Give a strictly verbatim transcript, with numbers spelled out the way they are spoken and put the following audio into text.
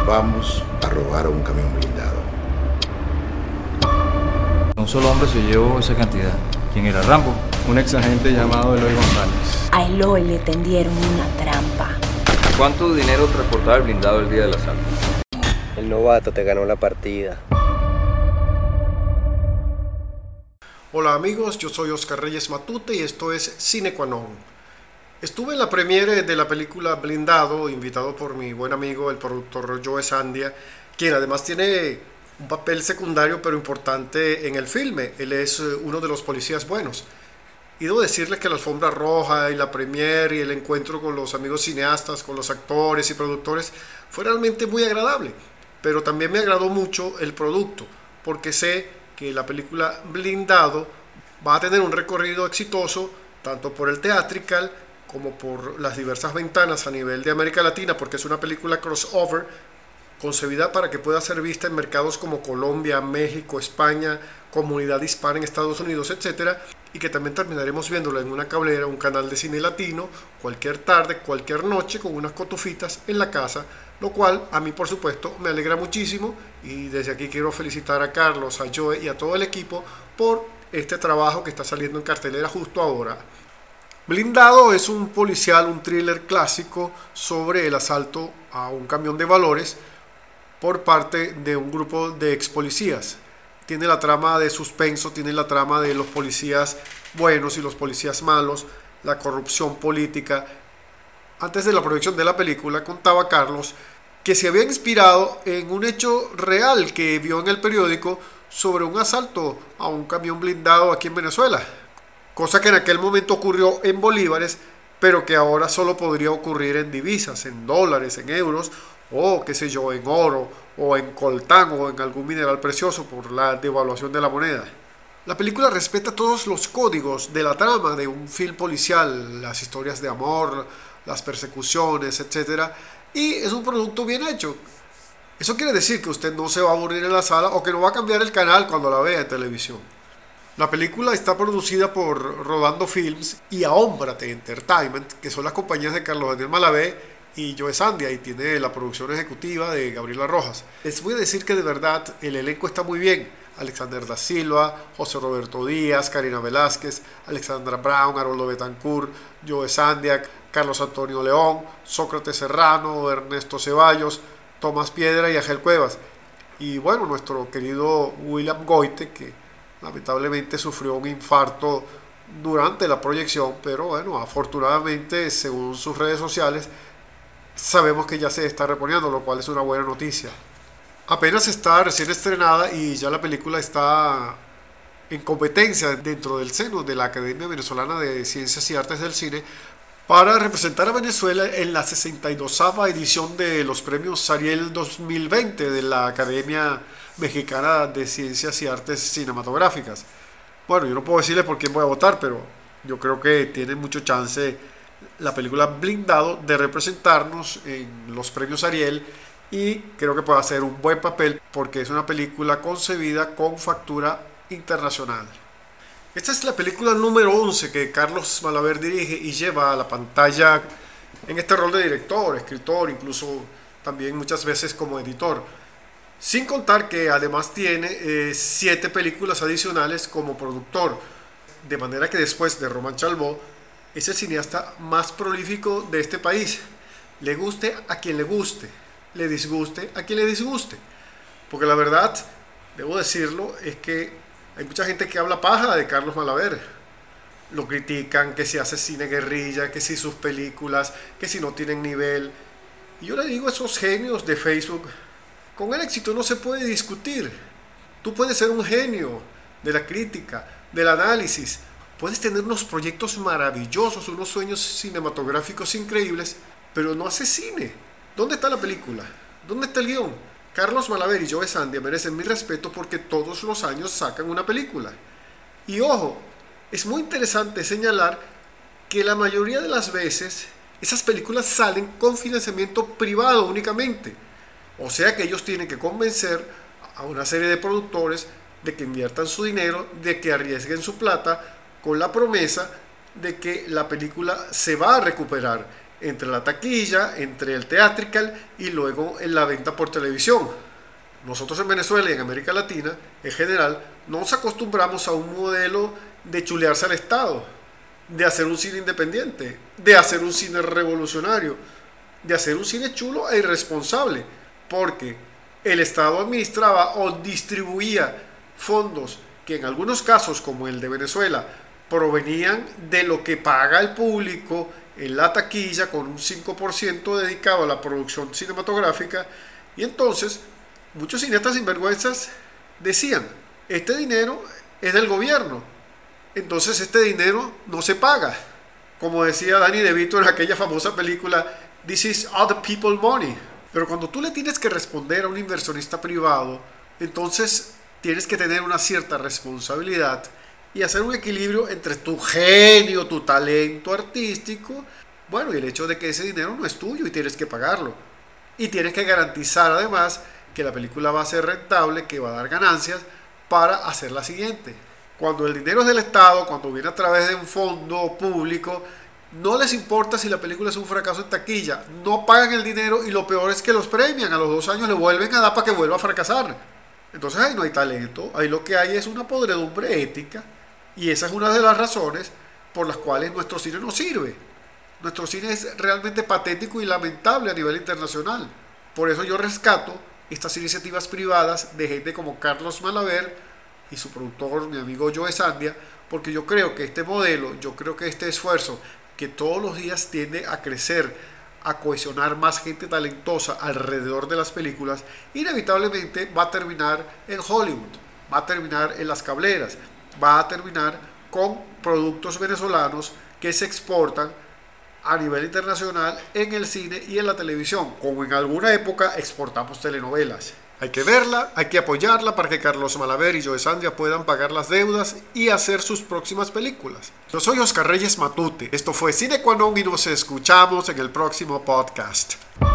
Vamos a robar a un camión blindado. Un solo hombre se llevó esa cantidad. ¿Quién era? Rambo. Un ex agente llamado Eloy González. A Eloy le tendieron una trampa. ¿Cuánto dinero transportaba el blindado el día del asalto? El novato te ganó la partida. Hola amigos, yo soy Oscar Reyes Matute y esto es Cine Qua Non. Estuve en la premiere de la película Blindado, invitado por mi buen amigo el productor Joe Sandia, quien además tiene un papel secundario pero importante en el filme. Él es uno de los policías buenos. Y debo decirles que la alfombra roja y la premiere y el encuentro con los amigos cineastas, con los actores y productores fue realmente muy agradable. Pero también me agradó mucho el producto, porque sé que la película Blindado va a tener un recorrido exitoso tanto por el theatrical como por las diversas ventanas a nivel de América Latina, porque es una película crossover concebida para que pueda ser vista en mercados como Colombia, México, España, comunidad hispana en Estados Unidos, etcétera, y que también terminaremos viéndola en una cablera, un canal de cine latino, cualquier tarde, cualquier noche, con unas cotufitas en la casa, lo cual a mí por supuesto me alegra muchísimo, y desde aquí quiero felicitar a Carlos, a Joe y a todo el equipo por este trabajo que está saliendo en cartelera justo ahora. Blindado es un policial, un thriller clásico sobre el asalto a un camión de valores por parte de un grupo de ex policías. Tiene la trama de suspenso, tiene la trama de los policías buenos y los policías malos, la corrupción política. Antes de la proyección de la película contaba Carlos que se había inspirado en un hecho real que vio en el periódico sobre un asalto a un camión blindado aquí en Venezuela, cosa que en aquel momento ocurrió en bolívares, pero que ahora solo podría ocurrir en divisas, en dólares, en euros, o qué sé yo, en oro, o en coltán, o en algún mineral precioso por la devaluación de la moneda. La película respeta todos los códigos de la trama de un film policial, las historias de amor, las persecuciones, etcétera, y es un producto bien hecho. Eso quiere decir que usted no se va a aburrir en la sala o que no va a cambiar el canal cuando la vea en televisión. La película está producida por Rodando Films y Ahómbrate Entertainment, que son las compañías de Carlos Daniel Malavé y Joe Sandia, y tiene la producción ejecutiva de Gabriela Rojas. Les voy a decir que de verdad el elenco está muy bien. Alexander da Silva, José Roberto Díaz, Karina Velázquez, Alexandra Brown, Haroldo Betancourt, Joe Sandia, Carlos Antonio León, Sócrates Serrano, Ernesto Ceballos, Tomás Piedra y Ángel Cuevas. Y bueno, nuestro querido William Goite, que lamentablemente sufrió un infarto durante la proyección, pero bueno, afortunadamente, según sus redes sociales, sabemos que ya se está reponiendo, lo cual es una buena noticia. Apenas está recién estrenada y ya la película está en competencia dentro del seno de la Academia Venezolana de Ciencias y Artes del Cine para representar a Venezuela en la sesenta y dosava edición de los premios Ariel dos mil veinte de la Academia Mexicana de Ciencias y Artes Cinematográficas. Bueno, yo no puedo decirle por quién voy a votar, pero yo creo que tiene mucho chance la película Blindado de representarnos en los premios Ariel, y creo que puede hacer un buen papel porque es una película concebida con factura internacional. Esta es la película número once que Carlos Malaver dirige y lleva a la pantalla en este rol de director, escritor, incluso también muchas veces como editor. Sin contar que además tiene eh, siete películas adicionales como productor. De manera que después de Román Chalbaud es el cineasta más prolífico de este país. Le guste a quien le guste, le disguste a quien le disguste. Porque la verdad, debo decirlo, es que hay mucha gente que habla paja de Carlos Malaver. Lo critican, que si hace cine guerrilla, que si sus películas, que si no tienen nivel. Y yo le digo a esos genios de Facebook, con el éxito no se puede discutir. Tú puedes ser un genio de la crítica, del análisis, puedes tener unos proyectos maravillosos, unos sueños cinematográficos increíbles, pero no haces cine. ¿Dónde está la película? ¿Dónde está el guión? Carlos Malaver y Joe Sandia merecen mi respeto porque todos los años sacan una película. Y ojo, es muy interesante señalar que la mayoría de las veces esas películas salen con financiamiento privado únicamente. O sea que ellos tienen que convencer a una serie de productores de que inviertan su dinero, de que arriesguen su plata, con la promesa de que la película se va a recuperar. entre la taquilla, entre el theatrical y luego en la venta por televisión. Nosotros en Venezuela y en América Latina, en general, nos acostumbramos a un modelo de chulearse al Estado, de hacer un cine independiente, de hacer un cine revolucionario, de hacer un cine chulo e irresponsable, porque el Estado administraba o distribuía fondos que en algunos casos, como el de Venezuela, provenían de lo que paga el público en la taquilla, con un cinco por ciento dedicado a la producción cinematográfica. Y entonces muchos cineastas sinvergüenzas decían: este dinero es del gobierno, entonces este dinero no se paga. Como decía Danny DeVito en aquella famosa película This is Other People's Money. Pero cuando tú le tienes que responder a un inversionista privado, entonces tienes que tener una cierta responsabilidad y hacer un equilibrio entre tu genio, tu talento artístico, bueno, y el hecho de que ese dinero no es tuyo y tienes que pagarlo. Y tienes que garantizar además que la película va a ser rentable, que va a dar ganancias para hacer la siguiente. Cuando el dinero es del Estado, cuando viene a través de un fondo público, no les importa si la película es un fracaso en taquilla, no pagan el dinero y lo peor es que los premian, a los dos años le vuelven a dar para que vuelva a fracasar. Entonces ahí no hay talento, ahí lo que hay es una podredumbre ética, y esa es una de las razones por las cuales nuestro cine no sirve. Nuestro cine es realmente patético y lamentable a nivel internacional. Por eso yo rescato estas iniciativas privadas de gente como Carlos Malaver y su productor, mi amigo Joe Sandia, porque yo creo que este modelo, yo creo que este esfuerzo que todos los días tiende a crecer, a cohesionar más gente talentosa alrededor de las películas, inevitablemente va a terminar en Hollywood, va a terminar en las cableras, va a terminar con productos venezolanos que se exportan a nivel internacional en el cine y en la televisión, como en alguna época exportamos telenovelas. Hay que verla, hay que apoyarla para que Carlos Malaver y Joe Sandia puedan pagar las deudas y hacer sus próximas películas. Yo soy Oscar Reyes Matute, esto fue Cine Qua Non y nos escuchamos en el próximo podcast.